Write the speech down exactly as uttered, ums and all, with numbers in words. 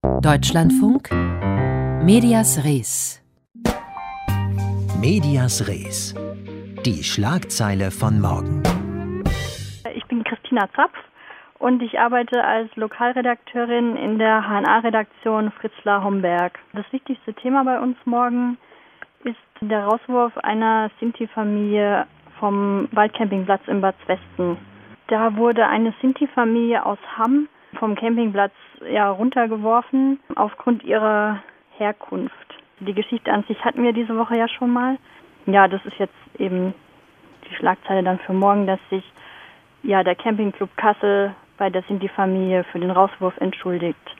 Deutschlandfunk Medias Res. Medias Res. Die Schlagzeile von morgen. Ich bin Christina Zapf und ich arbeite als Lokalredakteurin in der H N A-Redaktion Fritzlar-Homberg. Das wichtigste Thema bei uns morgen ist der Rauswurf einer Sinti-Familie vom Waldcampingplatz in Bad Zwesten. Da wurde eine Sinti-Familie aus Hamm vom Campingplatz ja, runtergeworfen aufgrund ihrer Herkunft. Die Geschichte an sich hatten wir diese Woche ja schon mal. Ja, das ist jetzt eben die Schlagzeile dann für morgen, dass sich ja der Campingclub Kassel bei der Sinti-Familie für den Rauswurf entschuldigt.